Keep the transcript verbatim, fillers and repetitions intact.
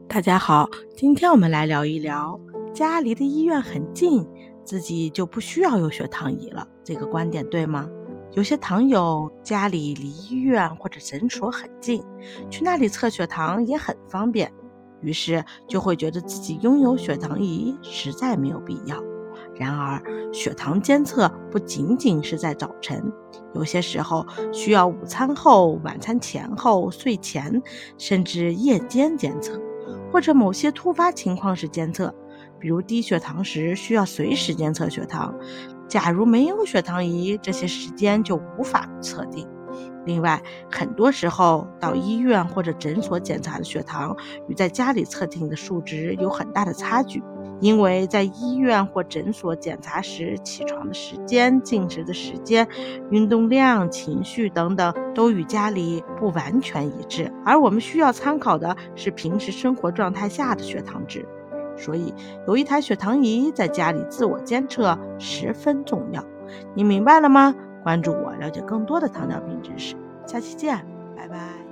大家好，今天我们来聊一聊家离的医院很近，自己就不需要有血糖仪了，这个观点对吗？有些糖友家里离医院或者诊所很近，去那里测血糖也很方便，于是就会觉得自己拥有血糖仪实在没有必要。然而，血糖监测不仅仅是在早晨，有些时候需要午餐后、晚餐前后、睡前，甚至夜间监测。或者某些突发情况时监测，比如低血糖时需要随时监测血糖。假如没有血糖仪，这些时间就无法测定。另外，很多时候到医院或者诊所检查的血糖与在家里测定的数值有很大的差距，因为在医院或诊所检查时起床的时间、进食的时间、运动量、情绪等等都与家里不完全一致，而我们需要参考的是平时生活状态下的血糖值。所以有一台血糖仪在家里自我监测十分重要。你明白了吗？关注我，了解更多的糖尿病知识。下期见，拜拜。